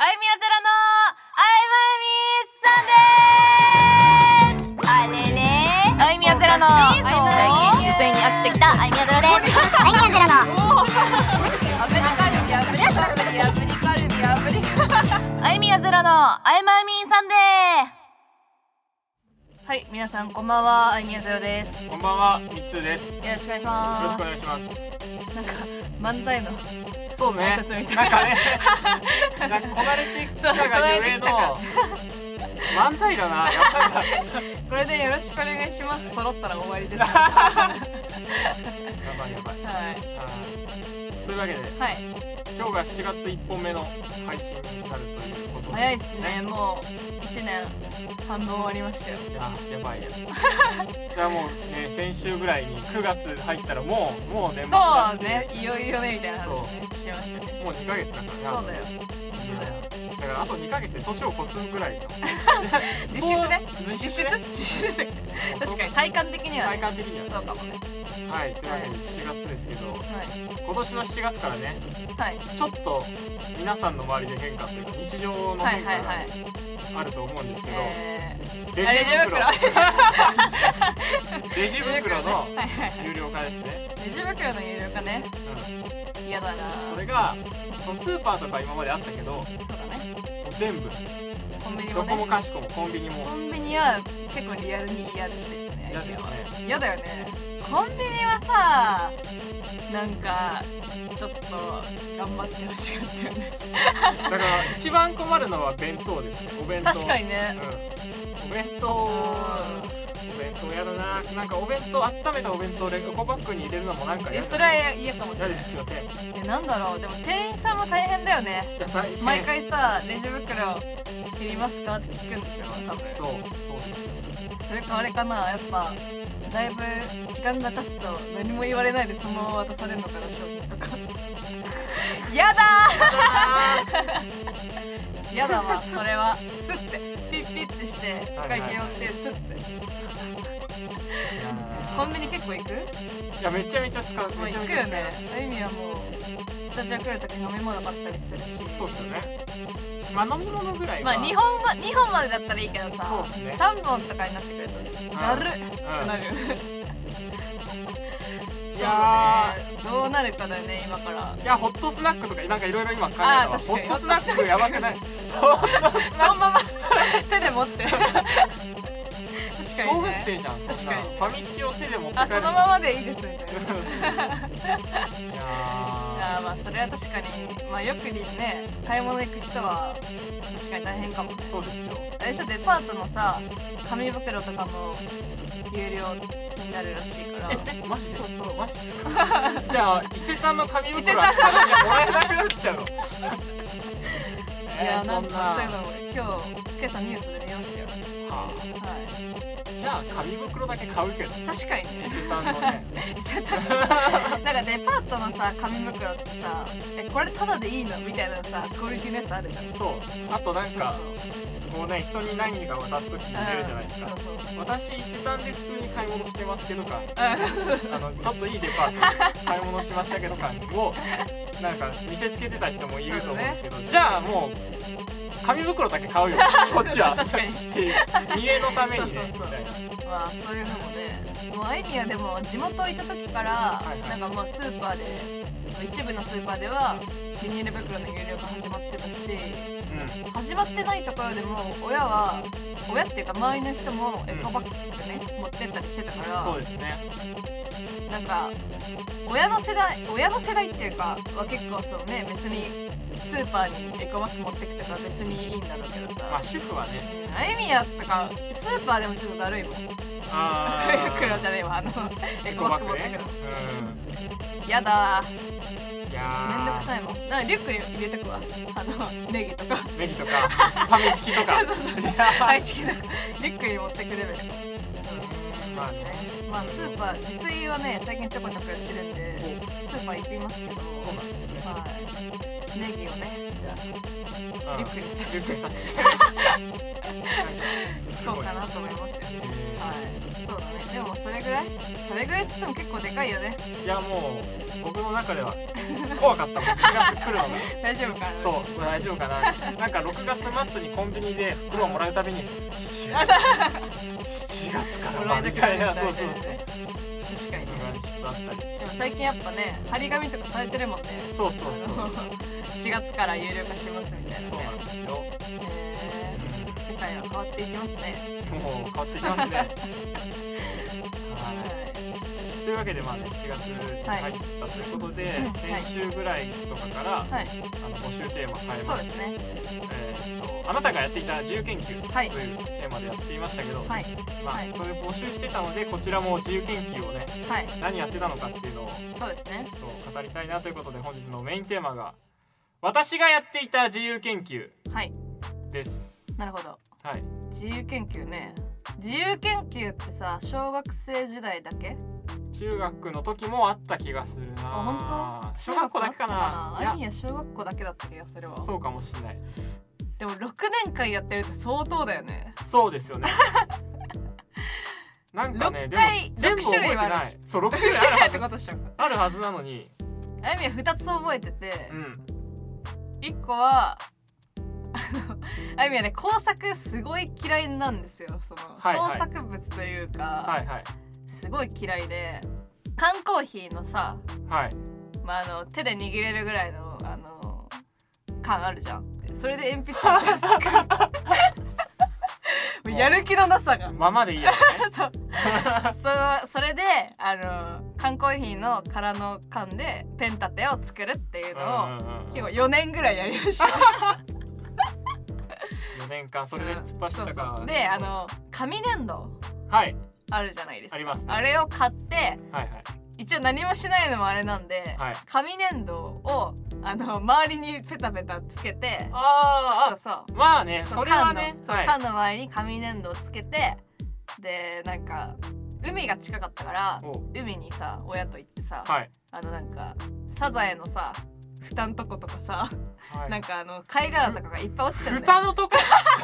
あいみやゼロのあいまみさんでーす。あれれー、あいみやゼロの最近受精に飽きてきたあいみやゼロです。 あいみやゼロのアプリカルビアプリカルビアプリカルビアプリあいみやゼロのあいまみさんでーす。はい、皆さんこんばんは、あいみやゼロです。 こんばんは、みつです。 よろしくお願いします。 よろしくお願いします。 なんか漫才のそうね、 挨拶みたいなんかねなんかこなれてきたがゆえの漫才だな、やっぱりこれでよろしくお願いします。揃ったら終わりです。やばいやばい。 はい。 というわけで、 はい。 今日が7月1本目の配信になるということですね。 早いですね。もう1年半分終わりましたよ。 いや、やばいや。じゃあもうね、先週ぐらいに9月入ったらもう年末そうね、いよいよねみたいな話ねしましたね。 もう2ヶ月だからね。 そうだよ。 だからあと2ヶ月で年を越すぐらいの実質ね。 実質ね。 確かに体感的にはね。 体感的にはそうかもね。 はい、というわけで7月ですけど、 はい、 今年の7月からね、 はい、 ちょっと皆さんの周りで変化というか日常の変化があると思うんですけど、レジ袋の有料化ですね。 レジ袋の有料化ね。嫌だな。 それがそのスーパーとか今まであったけど、 そうだね。 もう全部コンビニもね、 どこもかしこもコンビニも。 コンビニは結構リアルに嫌ですね。 嫌ですね。 嫌だよね。コンビニはさ、なんかちょっと頑張ってほしかったよね。 だから一番困るのは弁当ですね。お弁当。 確かにね。 お弁当やだな。なんかお弁当、温めたお弁当でエコバッグに入れるのもなんか嫌だ。 それは嫌かもしれない。 嫌ですよね。 なんだろう、でも店員さんも大変だよね。毎回さ、レジ袋いりますかって聞くんでしょ、多分。 そうですよ。 それかあれかな、やっぱだいぶ時間が経つと何も言われないでそのまま渡されるのかな、商品とか。やだーやだわ、それはスッてピッピッてしてお会計寄ってスッて。コンビニ結構行く？ いや、めちゃめちゃ使う。 もう行くよね。あゆみはもうスタジオ来るとき飲み物買ったりするし。 そうっすよね。まあ飲み物ぐらいは。 まあ2本までだったらいいけどさ、 そうっすね。 3本とかになってくるとだるってなるよね。そうだね。どうなるかだよね、今から。 いや、ホットスナックとかなんかいろいろ今考えたわ。ホットスナックやばくない？ そのまま手で持って。確かにね、 小学生じゃん。確かにファミチキを手で持って帰る。 そのままでいいですみたいな。 いやまあそれは確かに、まあよくね、買い物行く人は確かに大変かもね。 そうですよ。 あれでしょ、デパートのさ、紙袋とかも有料になるらしいから。 マジで？ そうマジですか？じゃあ伊勢丹の紙袋はただにもらえなくなっちゃうの？ いや、なんかそういうの今朝ニュースで見ましたよ。 はい。じゃあ紙袋だけ買うけど。 確かにね。 伊勢丹のね。 伊勢丹。なんかデパートのさ、紙袋ってさ、これタダでいいのみたいなさ、クオリティのやつあるじゃん。 そう。あとなんかもうね、人に何か渡すときに入れるじゃないですか。私伊勢丹で普通に買い物してますけどか、ちょっといいデパートで買い物しましたけど感をなんか見せつけてた人もいると思うんですけど、じゃあもう紙袋だけ買うよこっちは。 確かに見栄のためにね。 そうまあそういうのもね、もうあいみはでも地元行った時から、なんかもうスーパーで、一部のスーパーではビニール袋の有料が始まってたし、始まってないところでも親っていうか周りの人もエコバッグね、持ってったりしてたから。 そうですね。 なんか親の世代っていうかは結構そうね、別にスーパーにエコバッグ持ってくとか別にいいんだろうけどさ、 まあ主婦はね、 あゆみやとかスーパーでもちょっとだるいもん。袋じゃねえわ、エコバッグ持ってくる。やだー。 いやめんどくさいもん。リュックに入れとくわ。ネギとかファミチキとかハイチキとかリュックに持ってくレベル。 まあね。 まあスーパー自炊はね、最近ちょこちょこやってるんでスーパー行きますけど。 そうなんですね。 はい。 ネギをねじゃあリュックに刺してそうかなと思いますよね。はい、そうだね。でもそれぐらいっつっても結構でかいよね。 いやもう僕の中では怖かったもん。4月来るのが大丈夫かな。 そう大丈夫かな。なんか6月末にコンビニで袋をもらうたびに7月からみたいな。そうそうそう。 確かにね。 ちょっとあったり。 でも最近やっぱね張り紙とかされてるもんね。 そうそうそう。 4月から有料化しますみたいなね。 そうなんですよ。 世界は変わっていきますね。 もう変わっていきますね。はい。というわけでまあね4月に入ったということで、先週ぐらいとかから、募集テーマ変えまして、そうですね。あなたがやっていた自由研究というテーマでやっていましたけど、まあそういう募集してたのでこちらも自由研究をね、何やってたのかっていうのをそうですね。 そう語りたいなということで本日のメインテーマが私がやっていた自由研究です。 なるほど。 はい。 自由研究ね。自由研究ってさ小学生時代だけ？ 中学の時もあった気がするな。 本当？ 小学校だけかな。 アニは小学校だけだった気がするわ。 そうかもしれない。 でも6年間やってるって相当だよね。 そうですよね。なんかね、でも全部覚えてない。そう6種類あるはずなのに。 あゆみは2つ覚えてて、1個はあゆみはね工作すごい嫌いなんですよ。その創作物というか、すごい嫌いで缶コーヒーのさ、まあ手で握れるぐらいの缶あるじゃん。それで鉛筆を作るやる気のなさがままでいいやつね。 それで缶コーヒーの空の缶でペン立てを作るっていうのを結構4年ぐらいやりました。 4年間それで突っ走ったか。 で紙粘土あるじゃないですか。 ありますね。 あれを買って一応何もしないのもあれなんで、紙粘土を周りにペタペタつけて、そうまあね、それはね、 缶の周りに紙粘土をつけて、でなんか海が近かったから海にさ親と行ってさ、なんかサザエのさ蓋のとことかさ、なんか貝殻とかがいっぱい落ちてるんだよ。 蓋のとこ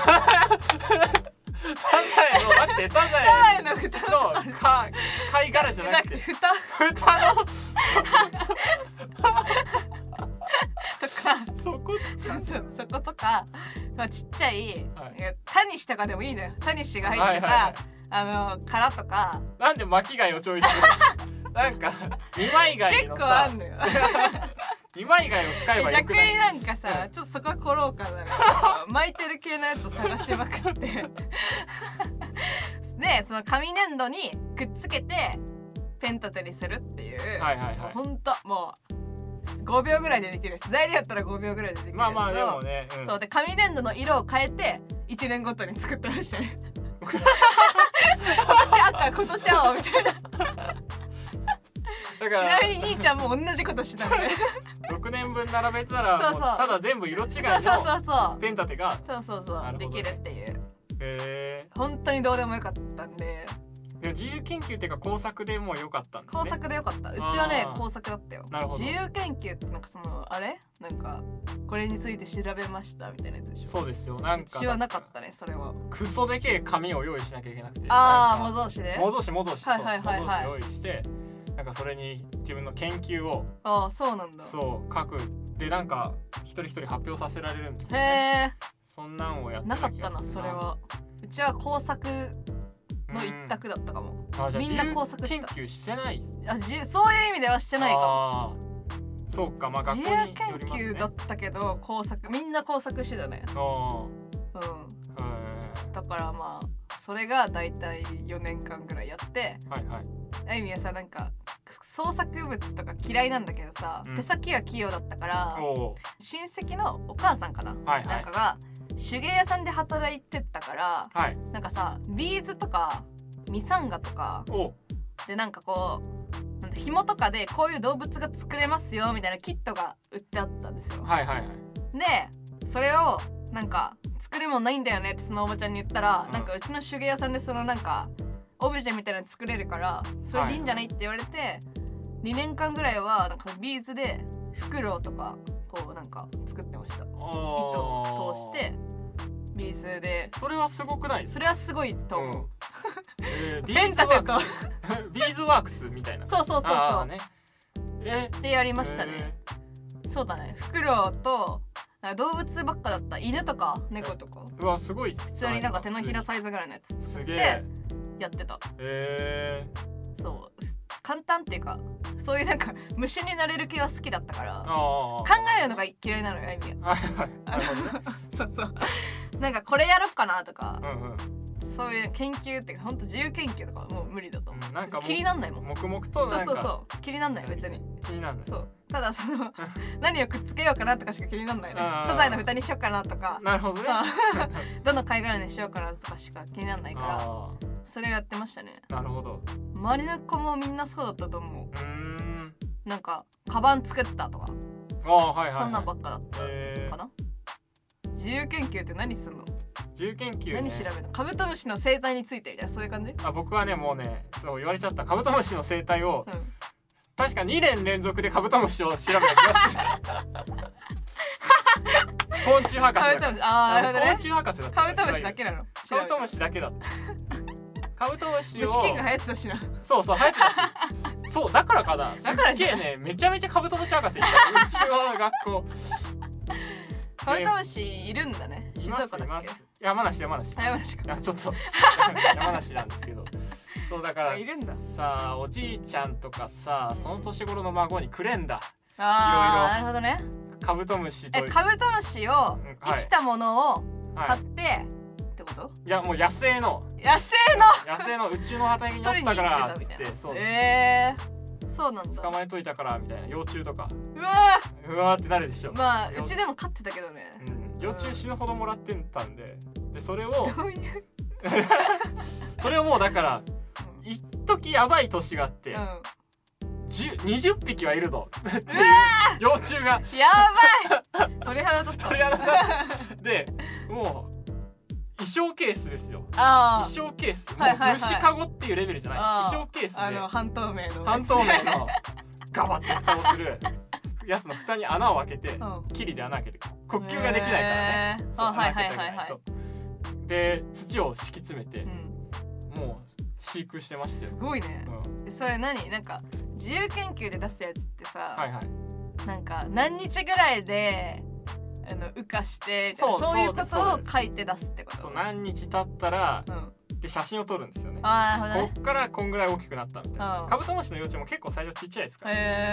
サザエの蓋の貝殻じゃなくて蓋のとかそことか、まあ、ちっちゃい、タニシとかでもいいのよ。タニシが入ってた、殻とか。 なんで巻き貝をチョイスするなんか二枚貝のさ結構あんのよ二枚貝を使えばよくない？ 逆になんかさ、ちょっとそこは凝ろうかな巻いてる系のやつを探しまくってでその紙粘土にくっつけてペン立てにするっていう、ほんともう5秒ぐらいでできるです。材料やったら5秒ぐらいでできるやつを、 まあでもね、 そうで紙粘土の色を変えて1年ごとに作ってましたね今年赤今年青みたいなちなみに兄ちゃんも同じことしたので 6年分並べたらただ全部色違いのペン立てができるっていう。本当にどうでもよかったんで。 でも自由研究っていうか工作でもよかったんですね。 工作でよかった。うちはね工作だったよ。自由研究ってなんかそのあれなんかこれについて調べましたみたいなやつでしょ。 そうですよ。なんかうちはなかったねそれは。 クソでけえ紙を用意しなきゃいけなくて。 模造紙で。 模造紙模造紙用意して。なんかそれに自分の研究をそうなんだ。 そう書くでなんか一人一人発表させられるんですよね。 そんなんをやってなかったなそれは。うちは工作の一択だったかも。みんな工作した。 研究してない。 そういう意味ではしてないかも。 そうか、まあ学校によりますね。 自由研究だったけど工作みんな工作してたね。だからまあそれがだいたい4年間ぐらいやって、あゆみはさなんか創作物とか嫌いなんだけどさ、手先が器用だったから親戚のお母さんかな、なんかが手芸屋さんで働いてたから、なんかさビーズとかミサンガとかでなんかこう紐とかでこういう動物が作れますよみたいなキットが売ってあったんですよ。でそれをなんか作るもんないんだよねってそのおばちゃんに言ったら、なんかうちの手芸屋さんでそのなんかオブジェみたいなの作れるからそれでいいんじゃないって言われて、2年間ぐらいはなんかビーズでフクロウとかこうなんか作ってました。糸を通してビーズで。 それはすごくないですか？ それはすごいと思う。 ビーズワークスビーズワークスみたいな。 そうそうそうそう、 ね、 でやりましたね。そうだね、フクロウと動物ばっかだった。犬とか猫とか、 うわすごい。 普通になんか手のひらサイズぐらいのやつすげえやってた。そう簡単っていうか、そういうなんか虫になれる系は好きだったから、考えるのが嫌いなのよ、あいみは。そうそう、なんかこれやろっかなとか、そういう研究っていうか、ほんと自由研究とかもう無理だと思う。なんか気になんないもん。 黙々となんかそう気になんない。別に気になんない。そうただその何をくっつけようかなとかしか気になんないね。素材の蓋にしようかなとか、 なるほどね。 どの貝殻にしようかなとかしか気になんないから、それをやってましたね。 なるほど。 周りの子もみんなそうだったと思う。なんかカバン作ったとか、そんなんばっかだったかな。自由研究って何すんの？ 自由研究、ね、 何調べるの？カブトムシの生態についてみたいな、そういう感じ？ 僕はね、もうね、そう言われちゃった。カブトムシの生態を、確か2年連続でカブトムシを調べた気がする。昆虫博士だ。 なるほどね。 昆虫博士だった。 カブトムシだけなの？ カブトムシだけだった。カブトムシを虫キング流行ってたしな。 そう流行ってたし。そうだからかな。すっげえね、めちゃめちゃカブトムシ博士いた。うちの学校。 カブトムシいるんだね。静岡だっけ？ 山梨か。ちょっと山梨なんですけど。そうだからさ、おじいちゃんとかさ、その年頃の孫にくれんだ。いろいろ。 なるほどね。 カブトムシとカブトムシを生きたものを買ってってこと？ いやもう野生のうちの畑におったからっつって。 そうなんだ。 捕まえといたからみたいな。幼虫とかうわーってなるでしょ。 まあうちでも飼ってたけどね。 幼虫死ぬほどもらってたんで、それをそれをもうだから一時やばい年があって、20匹はいるとっていう幼虫がやばい。鳥肌立ったで、もう衣装ケースですよ。衣装ケース、虫かごっていうレベルじゃない。衣装ケースで半透明のガバッと蓋をするやつの蓋に穴を開けて、キリで穴開けて呼吸ができないからね。穴開けてあげないと。で土を敷き詰めて、もう飼育してましたよ。 すごいね。それ何？なんか自由研究で出したやつってさ、なんか何日ぐらいで羽化してそういうことを書いて出すってこと？ そう、何日経ったら、で写真を撮るんですよね。こっからこんぐらい大きくなったみたいな。カブトムシの幼虫も結構最初ちっちゃいですから、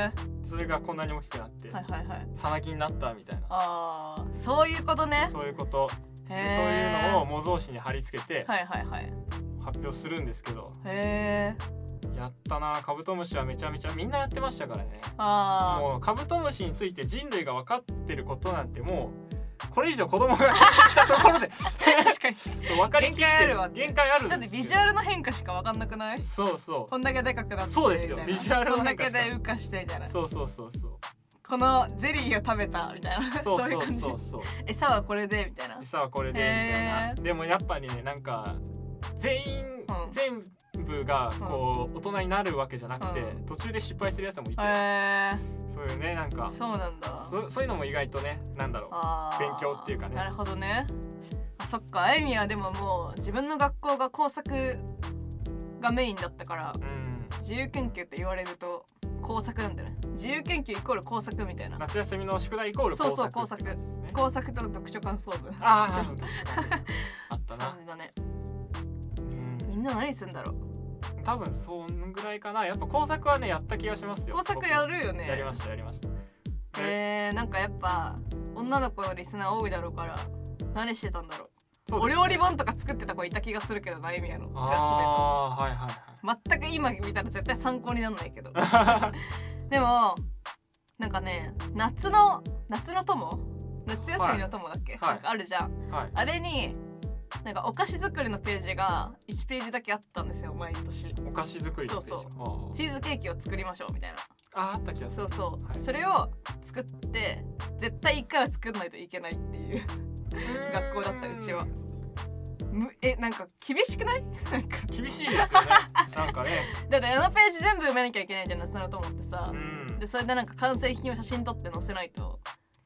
それがこんなに大きくなってさなぎになったみたいな。 そういうことね。 そういうこと。でそういうのを模造紙に貼り付けて発表するんですけど、やったな。カブトムシはめちゃめちゃみんなやってましたからね。もうカブトムシについて人類が分かってることなんて、もうこれ以上子供が経験したところで確かに分かりきってる。限界ある。 だってビジュアルの変化しか分かんなくない？ そうこんだけでかくなって、 そうですよ。ビジュアルの変化こんだけで羽化してみたいな。 そうこのゼリーを食べたみたいな。そういう感じ。餌はこれでみたいな。 餌はこれでみたいな。でもやっぱりね、なんか全部がこう大人になるわけじゃなくて、途中で失敗するやつもいて、そういうね、なんかそうなんだ。 そういうのも意外とね、なんだろう、勉強っていうかね。 なるほどね。そっか、あゆみはでももう自分の学校が工作がメインだったから、自由研究って言われると工作なんだよね。自由研究イコール工作みたいな。 夏休みの宿題イコール工作。 工作と読書感想文。 あったな。 みんな何すんだろう。 多分そんぐらいかな。やっぱ工作はね、やった気がしますよ。 工作やるよね。 やりました。 なんかやっぱ女の子のリスナー多いだろうから、何してたんだろう。お料理本とか作ってた子いた気がするけどな、あゆみやのクラスメート。全く今見たら絶対参考にならないけどでもなんかね、夏の友、夏休みの友だっけ、なんかあるじゃん。あれになんかお菓子作りのページが1ページだけあったんですよ、毎年。 お菓子作りのページ。 チーズケーキを作りましょうみたいな。 あった気がする。 それを作って絶対1回は作んないといけないっていう学校だった、うちは。なんか厳しくない？なんか厳しいですよね。なんかね。 だってあのページ全部埋めなきゃいけないじゃん、夏の友ってさ。でそれでなんか完成品を写真撮って載せないとい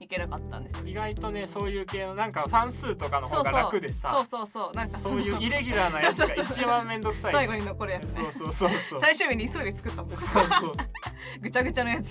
いけなかったんですよ。 意外とねそういう系のなんかファン数とかの方が楽でさ、 そうなんかそういうイレギュラーなやつが一番めんどくさい。 最後に残るやつ、 そう最終日に急いで作ったもん。 そうぐちゃぐちゃのやつ。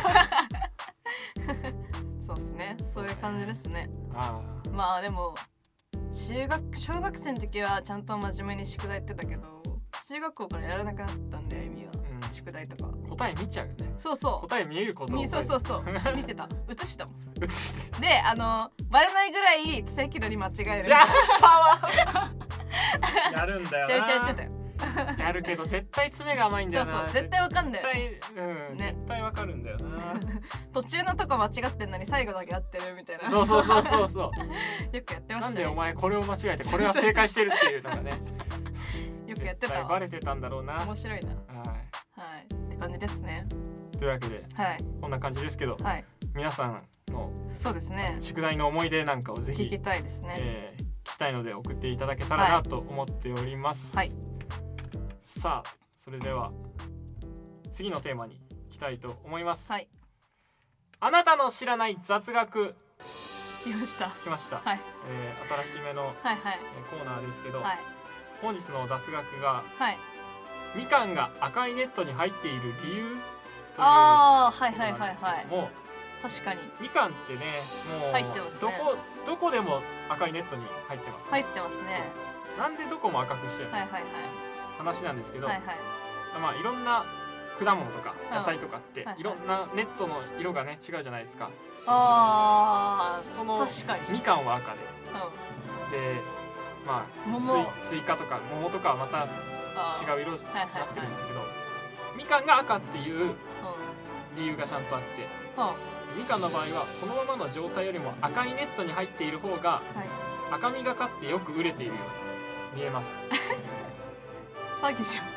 そうですね、そういう感じですね。まあでも小学生の時はちゃんと真面目に宿題やってたけど、中学校からやらなくなったんで、意味は、宿題とか答え見ちゃうよね。 そう答え見えることをそう見てた、写したもん。 写してでバレないぐらい適度に間違える。 やったわ。やるんだよな。 ちゃいちゃいやってたよ。 やるけど絶対詰めが甘いんだよな。 そう絶対わかんだよ。 絶対わかるんだよな。 途中のとこ間違ってんのに最後だけ合ってるみたいな。 そうよくやってましたね。 なんでお前これを間違えてこれは正解してるっていうのがね。 よくやってたわ。 バレてたんだろうな。 面白いな。はいって感じですね。 というわけで、こんな感じですけど、皆さんのそうですね、 宿題の思い出なんかをぜひ聞きたいですね。 聞きたいので送っていただけたらなと思っております。さあそれでは次のテーマに行きたいと思います。あなたの知らない雑学。 来ました。 新しめのコーナーですけど、本日の雑学が、みかんが赤いネットに入っている理由ということなんですけども、 確かにみかんってね、もうどこでも赤いネットに入ってます。 入ってますね。 なんでどこも赤くしてる話なんですけど、まあいろんな果物とか野菜とかっていろんなネットの色がね違うじゃないですか。そのみかんは赤で、まあスイカとか桃とかはまた違う色になってるんですけど、みかんが赤っていう理由がちゃんとあって、みかんの場合はそのままの状態よりも赤いネットに入っている方が赤みがかってよく熟れているように見えます。 詐欺じゃん。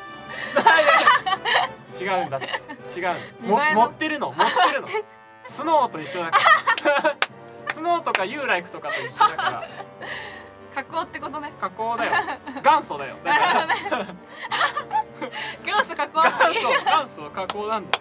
違うんだって、違う。持ってるのスノーと一緒だから。スノーとかユーライクとかと一緒だから。 加工ってことね。 加工だよ。元祖だよ。だから元祖加工。 元祖加工なんだ。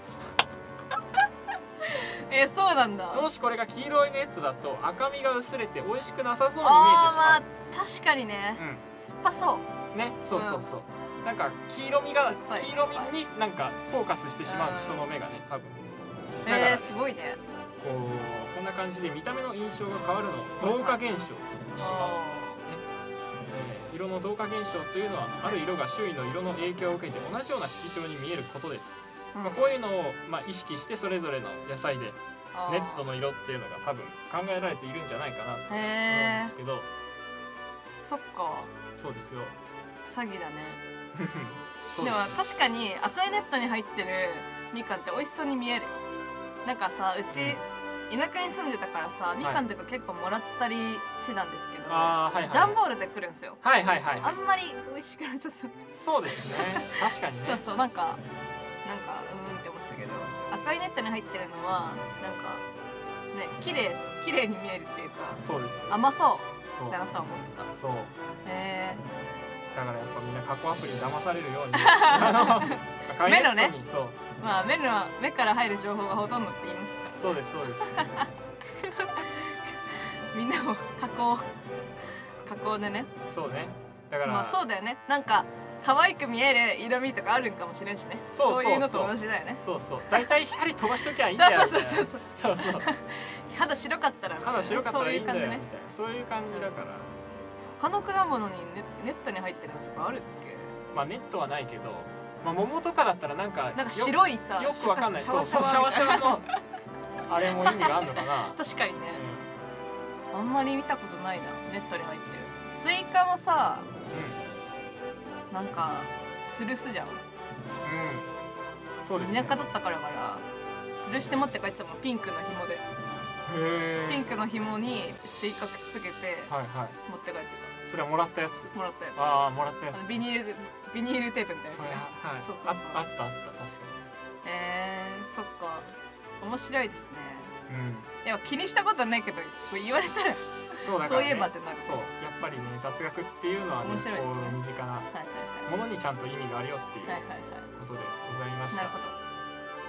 そうなんだ。 もしこれが黄色いネットだと赤みが薄れて美味しくなさそうに見えてしまう。 まあ確かにね。酸っぱそうね。そうなんか黄色みになんかフォーカスしてしまう人の目がね、多分。 すごいね。 こんな感じで見た目の印象が変わるのを同化現象と言いますね。色の同化現象というのはある色が周囲の色の影響を受けて同じような色調に見えることです。こういうのを意識してそれぞれの野菜でネットの色っていうのが多分考えられているんじゃないかなと思うんですけど。 そっか。そうですよ。 詐欺だね。でも確かに赤いネットに入ってるみかんって美味しそうに見える。なんかさ、うち田舎に住んでたからさ、みかんとか結構もらったりしてたんですけど、段ボールで来るんですよ。あんまり美味しくなさそう。 そうですね。確かにね。 なんかって思ってたけど、赤いネットに入ってるのはなんかね、綺麗に見えるっていうか、甘そうだなとは思ってた。 そう。だからやっぱみんな過去アプリに騙されるように目のね、まあ目から入る情報がほとんどって言いますから。 そうですみんなも加工でね。 そうね。だからまあそうだよね。なんか可愛く見える色味とかあるんかもしれんしね。そういうのと同じだよね。 だいたい光飛ばしときゃいいんだよ。そう肌白かったらいいんだよみたいな、 そういう感じだから。 他の果物にネットに入ってるのとかあるっけ？ まあネットはないけど、桃とかだったらなんか白いさ、 よくわかんない。シャワシャワのあれも意味があるのかな。 確かにね。あんまり見たことないな、ネットに入ってる。スイカもさ、なんか吊るすじゃん。 そうですね。 田舎だったから吊るして持って帰ってたもん、ピンクの紐で。ピンクの紐にスイカくっつけて持って帰ってた。 それはもらったやつ。 もらったやつ。 もらったやつ。 ビニールテープみたいなやつね。 そうあった確かに。 そっか。面白いですね。いや気にしたことないけど言われたらそういえばってなる。 そうやっぱりね、雑学っていうのはね、身近なものにちゃんと意味があるよっていうことでございました。 なるほど。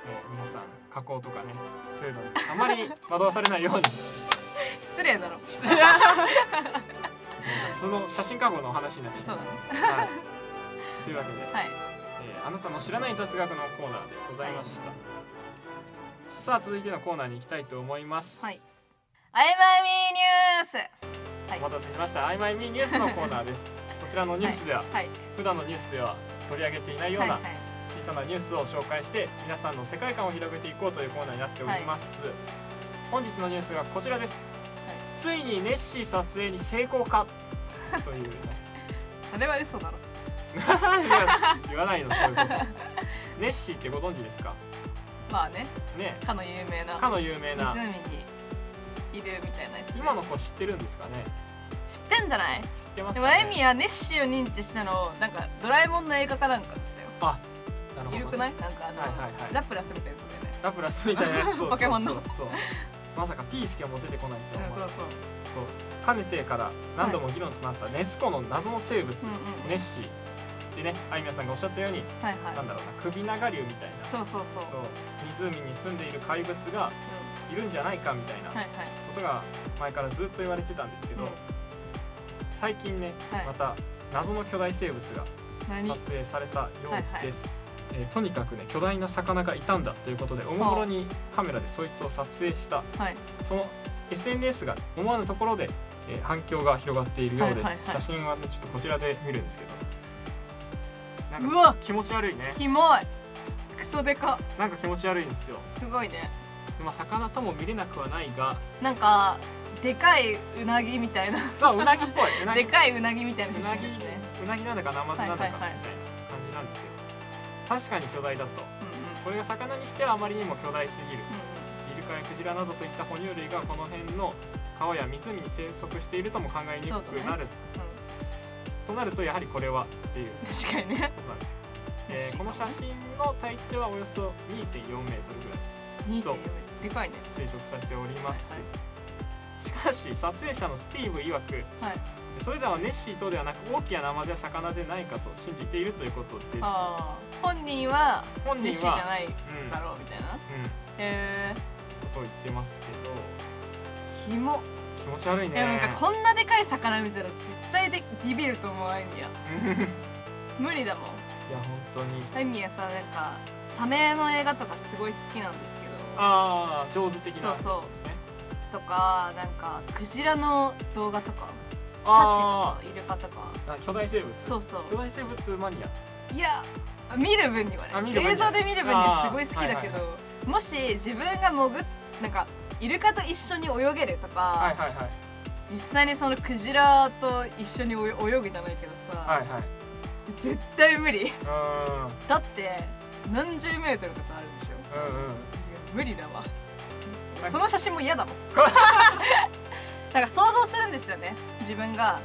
皆さん加工とかねそういうのにあまり惑わされないように失礼だろ。 失礼その写真加工の話になっちゃった。 そうだね、 はい、というわけで、 はい、 あなたの知らない雑学のコーナーでございました、はい、さあ続いてのコーナーに行きたいと思います。 はい、アイマイミーニュース、はい、 お待たせしました。アイマイミーニュースのコーナーですこちらのニュースでは、はい、普段のニュースでは取り上げていないような小さなニュースを紹介して皆さんの世界観を広げていこうというコーナーになっております、はい、本日のニュースがこちらです、はい、ついにネッシー撮影に成功かというねあれは嘘だろ言わないのそういうことネッシーってご存知ですか？ まあね、かの有名な湖にいるみたいなやつ。 今の子知ってるんですかね？ 知ってんじゃない？知ってますかね。でもエミはネッシーを認知したのなんかドラえもんの映画かなんかだったよ。 あ、なるほど、ね、 いるくない？なんかラプラスみたいなやつだよね。 ラプラスみたいなやつポケモンの。 そうまさかピースケはもう出てこないと思う。 そうかねてから何度も議論となったネス湖の謎の生物、ネッシーでね、あいみやさんがおっしゃったように、なんだろうな、首長竜みたいな、そう湖に住んでいる怪物がいるんじゃないかみたいなことが前からずっと言われてたんですけど、最近ね、また謎の巨大生物が撮影されたようです。とにかくね、巨大な魚がいたんだということでおもむろにカメラでそいつを撮影した、その SNS が思わぬところで、反響が広がっているようです。写真はね、ちょっとこちらで見るんですけど、なんか気持ち悪いね。 キモい、クソデカ、 なんか気持ち悪いんですよ。 すごいね。 まあ魚とも見れなくはないが、 なんかでかいうなぎみたいな。 そう、うなぎっぽい。 でかいうなぎみたいな写真ですね。 うなぎなんだかナマズなんだかみたいな感じなんですけど、確かに巨大だと。これが魚にしてはあまりにも巨大すぎる。イルカやクジラなどといった哺乳類がこの辺の川や湖に生息しているとも考えにくくなる。となるとやはりこれはっていう確かにねことなんですよ。この写真の体長はおよそ 2.4 メートルぐらいとでかいね推測されております。しかし撮影者のスティーブ曰く、それらはネッシーとではなく大きなナマズや魚でないかと信じているということです。 本人はネッシーじゃないだろうみたいなことを言ってますけど、 キモ、 気持ち悪いね。 なんかこんなでかい魚見たら絶対でビビると思う。アイミヤ無理だもん。いや本当にアイミヤさ、なんかサメの映画とかすごい好きなんですけど、 ああ上手的なやつですね。 とかなんかクジラの動画とかシャチとかイルカとか巨大生物、巨大生物マニア。いや見る分にはね、映像で見る分にはすごい好きだけど、もし自分がなんかイルカと一緒に泳げるとか、実際にそのクジラと一緒に泳ぐじゃないけどさ、絶対無理。だって何十メートルとかあるでしょ。無理だわ。その写真も嫌だもん。なんか想像するんですよね。自分が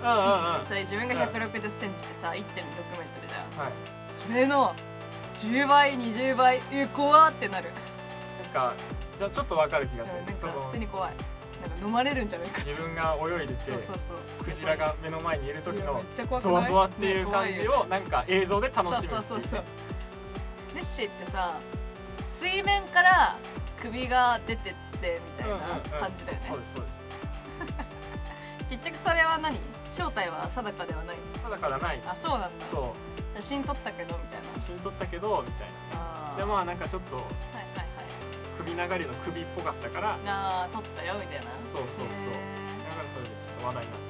160センチでさ 1.6 メートルじゃん。それの10倍20倍怖ってなる。 なんかじゃあちょっとわかる気がする。 なんか普通に怖い。なんか飲まれるんじゃないか。 自分が泳いでてクジラが目の前にいる時のゾワゾワっていう感じをなんか映像で楽しむ。そうネッシーってさ、水面から首が出てってみたいな感じだよね。そうです結局それは何？正体は定かではない。定かではない。あ、そうなんだ。そう。写真撮ったけどみたいな。 写真撮ったけどみたいな。でまあなんかちょっと首長竜の首っぽかったから。 撮ったよみたいな。そう。だからそれでちょっと話題になった。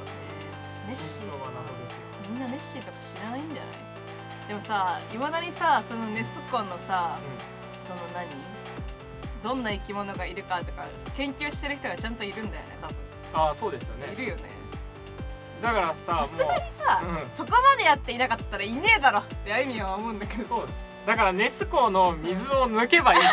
ネッシーは謎ですよ。 みんなネッシーとか知らないんじゃない？でもさ、いまだにさ、そのネスコンのさ、そのどんな生き物がいるかとか研究してる人がちゃんといるんだよね、多分。 ああ、そうですよね。 いるよね。 だからさすがにさ、そこまでやっていなかったらいねえだろってあいみは思うんだけど。 そうです。だからネス湖の水を抜けばいい。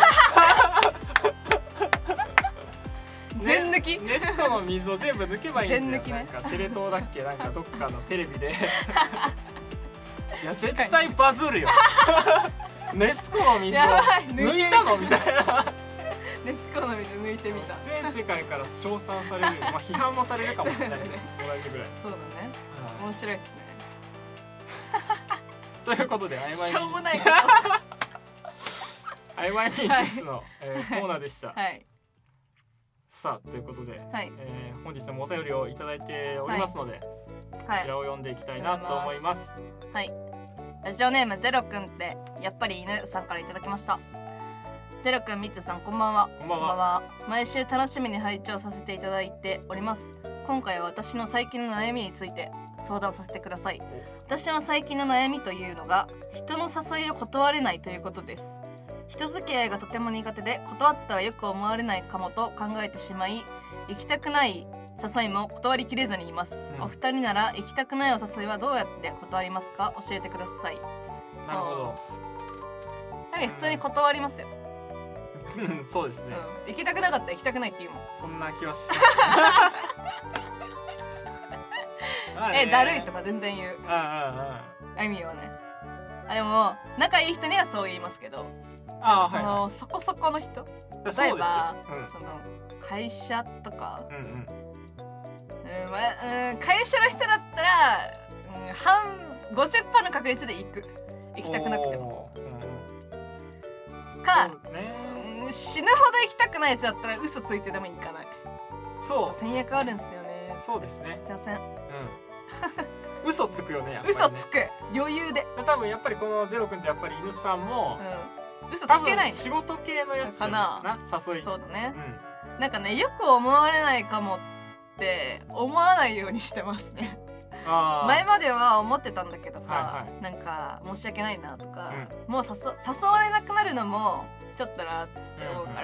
全抜き。 ネス湖の水を全部抜けばいいんだよ。 全抜きね。 なんかテレ東だっけ、なんかどっかのテレビで。いや絶対バズるよ。ネス湖の水を抜いたのみたいな。 ネス湖の水抜いてみた。 全世界から称賛される、まあ批判もされるかもしれないね。同じぐらい。 そうだね。面白いですね。 ということでしょうもない。 曖昧ニュースの、コーナーでした。 はい。 さあということで、 はい、 本日もお便りをいただいておりますので、 はい、 こちらを読んでいきたいなと思います。 はい。ラジオネームゼロくんってやっぱり犬さんからいただきました。ゼロくん、ミッツさん、こんばんは。 こんばんは。 毎週楽しみに拝聴させていただいております。今回は私の最近の悩みについて相談させてください。私の最近の悩みというのが人の誘いを断れないということです。人付き合いがとても苦手で、断ったらよく思われないかもと考えてしまい、行きたくない誘いも断りきれずにいます、お二人なら行きたくないお誘いはどうやって断りますか？教えてください。 なるほど。 普通に断りますよ。 そうですね、 行きたくなかったら行きたくないって言うもん。 そんな気はしますだるいとか全然言う。あゆみはね。でも仲いい人にはそう言いますけど、そこそこの人、例えばその会社とか、会社の人だったら、50% の確率で行きたくなくても、か、死ぬほど行きたくないやつだったら嘘ついてでも行かない。そう戦略あるんですよね。 そうですね。 すいません。 嘘つくよね、やっぱりね。 嘘つく、余裕で。 多分やっぱりこのゼロ君ってやっぱり犬さんも、 嘘つけない。 仕事系のやつかな、誘い。 そうだね。なんかね、よく思われないかもって思わないようにしてますね。前までは思ってたんだけどさ、なんか申し訳ないなとか、もう誘われなくなるのもちょっとなって思うから、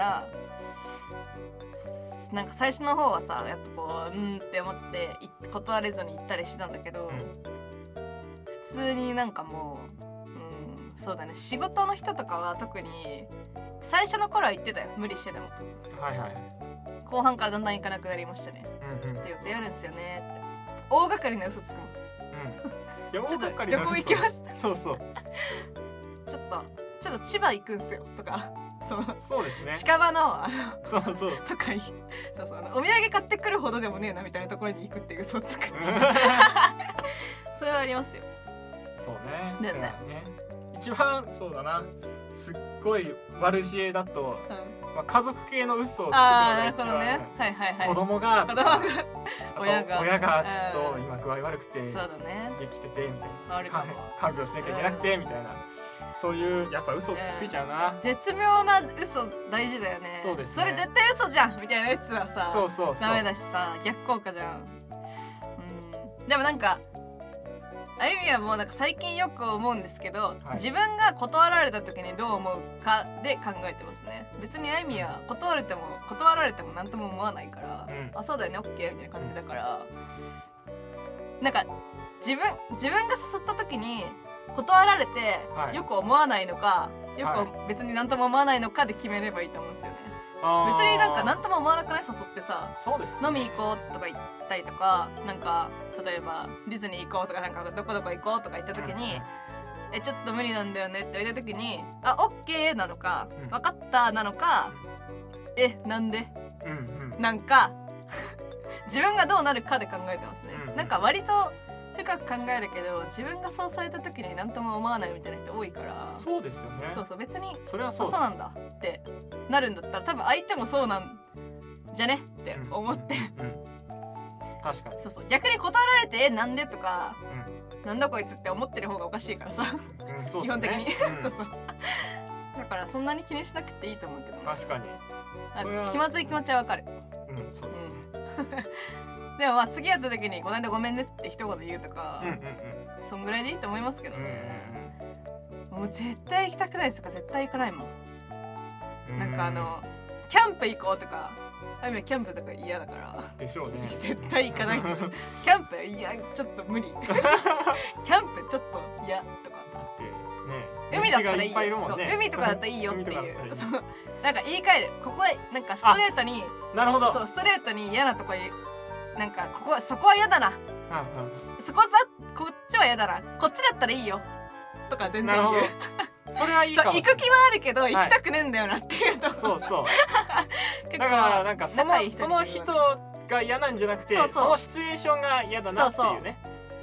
なんか最初の方はさ、やっぱこうって思って断れずに行ったりしてたんだけど、普通になんかもう、そうだね、仕事の人とかは特に最初の頃は言ってたよ、無理してでも。後半からだんだん行かなくなりましたね。ちょっと予定あるんですよねって。大掛かりな嘘つくもん。ちょっと旅行行きます。 そうそう。 ちょっと千葉行くんすよとか。 そうですね。 近場のそうとかお土産買ってくるほどでもねえなみたいなところに行くっていう嘘つく。それはありますよ。 そうね。 だよね。 一番そうだな。すっごい悪知恵だと、家族系の嘘をつくのが一番、子供が親がちょっと今具合悪くてできててみたいな、看病しなきゃいけなくてみたいな、そういうやっぱ嘘ついちゃうな。 絶妙な嘘大事だよね。 そうですね。 それ絶対嘘じゃんみたいなやつはさ、ダメだしさ、逆効果じゃん。でもなんかあゆみはもうなんか最近よく思うんですけど、自分が断られた時にどう思うかで考えてますね。別にあゆみは断られても何とも思わないから、あ、そうだよね、オッケーみたいな感じだから、なんか自分が誘った時に断られてよく思わないのか、よく別に何とも思わないのかで決めればいいと思うんですよね。別になんか何とも思わなくない？誘ってさ、飲み行こうとか言ったりとか、なんか例えばディズニー行こうとか、なんかどこどこ行こうとか言った時に、ちょっと無理なんだよねって言われた時に、あ、オッケーなのか、分かったなのか、なんで、なんか自分がどうなるかで考えてますね。なんか割と深く考えるけど、自分がそうされた時に何とも思わないみたいな人多いから。そうですよね。そう別にそれはそうなんだってなるんだったら、多分相手もそうなんじゃねって思って、 確かに逆に断られてなんでとか、なんだこいつって思ってる方がおかしいからさ、基本的にだからそんなに気にしなくていいと思うけどね。確かに気まずい気持ちはわかる。そうですね。でもまあ次会った時にこの間ごめんねって一言言うとか、そんぐらいでいいと思いますけどね。もう絶対行きたくないですとか絶対行かないもん。なんかキャンプ行こうとか、あゆみはキャンプとか嫌だからでしょうね。絶対行かない。キャンプいやちょっと無理。キャンプちょっと嫌とか。海だったらいいよ。海とかだったらいいよっていう。なんか言い換える。ここはなんかストレートに、なるほど。そうストレートに嫌なとこなんかそこは嫌だな。こっちは嫌だな。こっちだったらいいよとか全然言う。それはいいかもしれない。行く気はあるけど行きたくねえんだよなっていうと。そうそう。だからなんかその人が嫌なんじゃなくて、そのシチュエーションが嫌だなっていうね。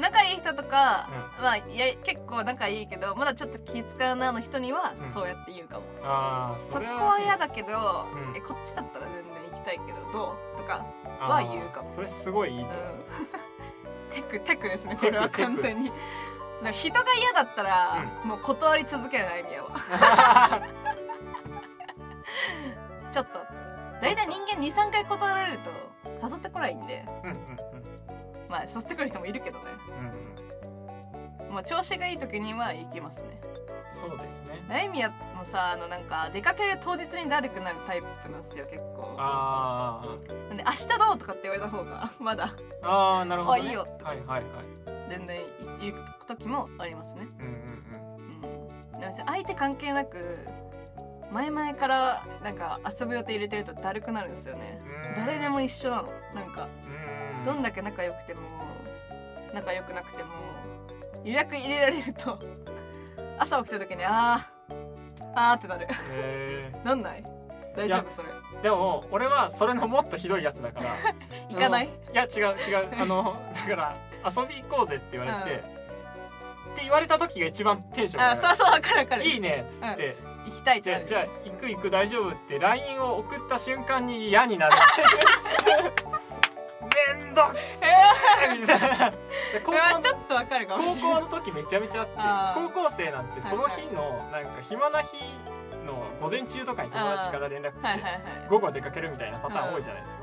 仲いい人とか、まあ結構仲いいけどまだちょっと気使うなの人にはそうやって言うかも。 そこは嫌だけど、こっちだったら全然行きたいけどどうとかは言うかも。 それすごいいい。 テクですねこれは完全に。その人が嫌だったら、もう断り続けるな意味は。ちょっとだいたい人間 2,3 回断られると誘ってこないんで、まあ誘ってくる人もいるけどね。もう調子がいい時には行きますね。 そうですね。 ナイミヤもさなんか出かける当日にだるくなるタイプなんですよ結構。なんで明日どうとかって言われた方がまだなるほど、ね、 いいよとか、全然言う時もありますね。でも相手関係なく前々からなんか遊ぶ予定入れてるとだるくなるんですよね。誰でも一緒なの。なんかどんだけ仲良くても仲良くなくても予約入れられると朝起きた時にあーってなる。なんない大丈夫それ。 でも俺はそれのもっとひどいやつだから行かない。 いや違うだから遊び行こうぜって言われて、って言われた時が一番テンションが上がる。 そう分かる。 いいねっつって、 行きたいってじゃあ行く大丈夫って LINE を送った瞬間に嫌になるってめんどくせーみたいな。 ちょっとわかるかもしれない。 高校の時めちゃめちゃあって、高校生なんてその日のなんか暇な日の午前中とかに友達から連絡して午後出かけるみたいなパターン多いじゃないですか。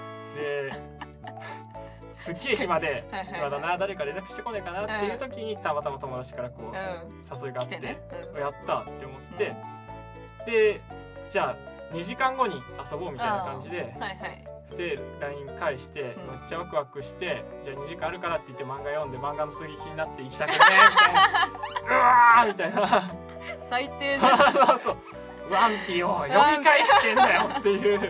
ですっげえ暇で暇だな、誰か連絡してこないかなっていう時にたまたま友達からこう誘いがあって、やったって思って、でじゃあ2時間後に遊ぼうみたいな感じでで LINE 返してめっちゃワクワクして、じゃあ2時間あるからって言って漫画読んで漫画の過ぎ気になって行きたくねみたいなうわーみたいな最低じゃん。 そうワンピを読み返してんだよっていう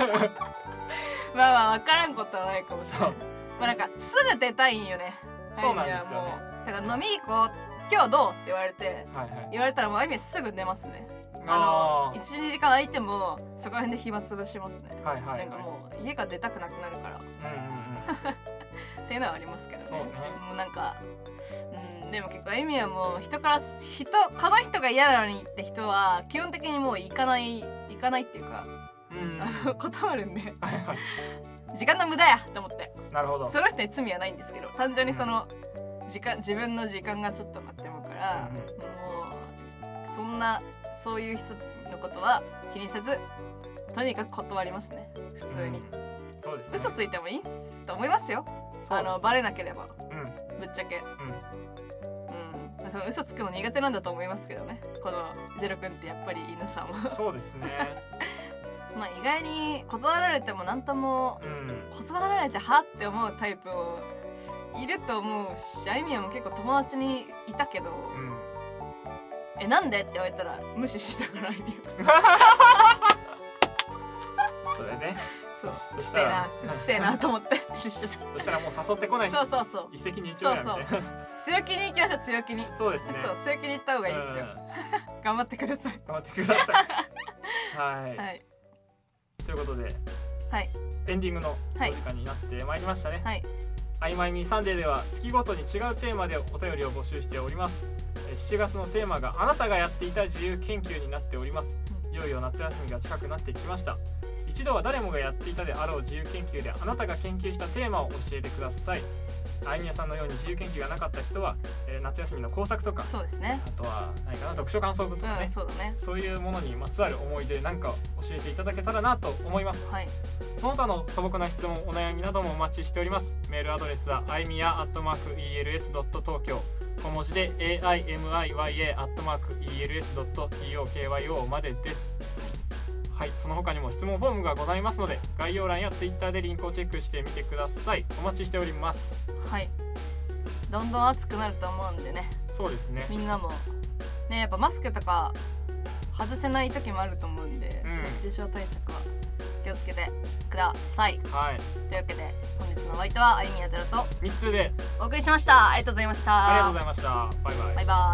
まあ分からんことはないかもしれない。まあなんかすぐ出たいんよね。 そうなんですよね。 だから飲み行こう今日どうって言われて、言われたらもうあいみはすぐ出ますね。1、2時間空いてもそこら辺で暇つぶしますね。なんかもう家から出たくなくなるからっていうのはありますけどね。もうなんかでも結構あいみはもうこの人が嫌なのにって人は基本的にもう行かないっていうか断るんで時間の無駄やと思って。 なるほど。 その人に罪はないんですけど、単純にその自分の時間がちょっとなってもから、もうそういう人のことは気にせずとにかく断りますね普通に。 そうですね。 嘘ついてもいいと思いますよ。バレなければ、ぶっちゃけ。嘘つくの苦手なんだと思いますけどね、このゼロ君ってやっぱり犬さんは。そうですね。まあ意外に断られても何とも、断られてはって思うタイプもいると思うし、あいみやも結構友達にいたけど、なんでって言われたら無視したからあいみそれね。 そう、うっせえなと思って無視してた。 そしたらもう誘ってこないし、 そう一石二鳥やみたいな。 強気に行きましょう。強気に。そうですね。強気に行った方がいいですよ。頑張ってください。はい。 ということで、エンディングのお時間になってまいりましたね。あいまいみサンデーでは月ごとに違うテーマでお便りを募集しております。7月のテーマがあなたがやっていた自由研究になっております。いよいよ夏休みが近くなってきました。一度は誰もがやっていたであろう自由研究であなたが研究したテーマを教えてください。あいみやさんのように自由研究がなかった人は、夏休みの工作とか、 そうですね、 あとは何かな、読書感想文とかね、そういうものにまつわる思い出なんか教えていただけたらなと思います。その他の素朴な質問、お悩みなどもお待ちしております。メールアドレスはaimiya@els.tokyo、小文字で aimiya@els.tokyo までです。はい、その他にも質問フォームがございますので、概要欄やツイッターでリンクをチェックしてみてください。お待ちしております。はい、どんどん暑くなると思うんでね。そうですね、みんなもね、やっぱマスクとか外せない時もあると思うんで、熱中症対策は気をつけてください。はい、というわけで本日のお相手はあいみやゼロと3つでお送りしました。ありがとうございました。ありがとうございました。バイバイ。バイバイ。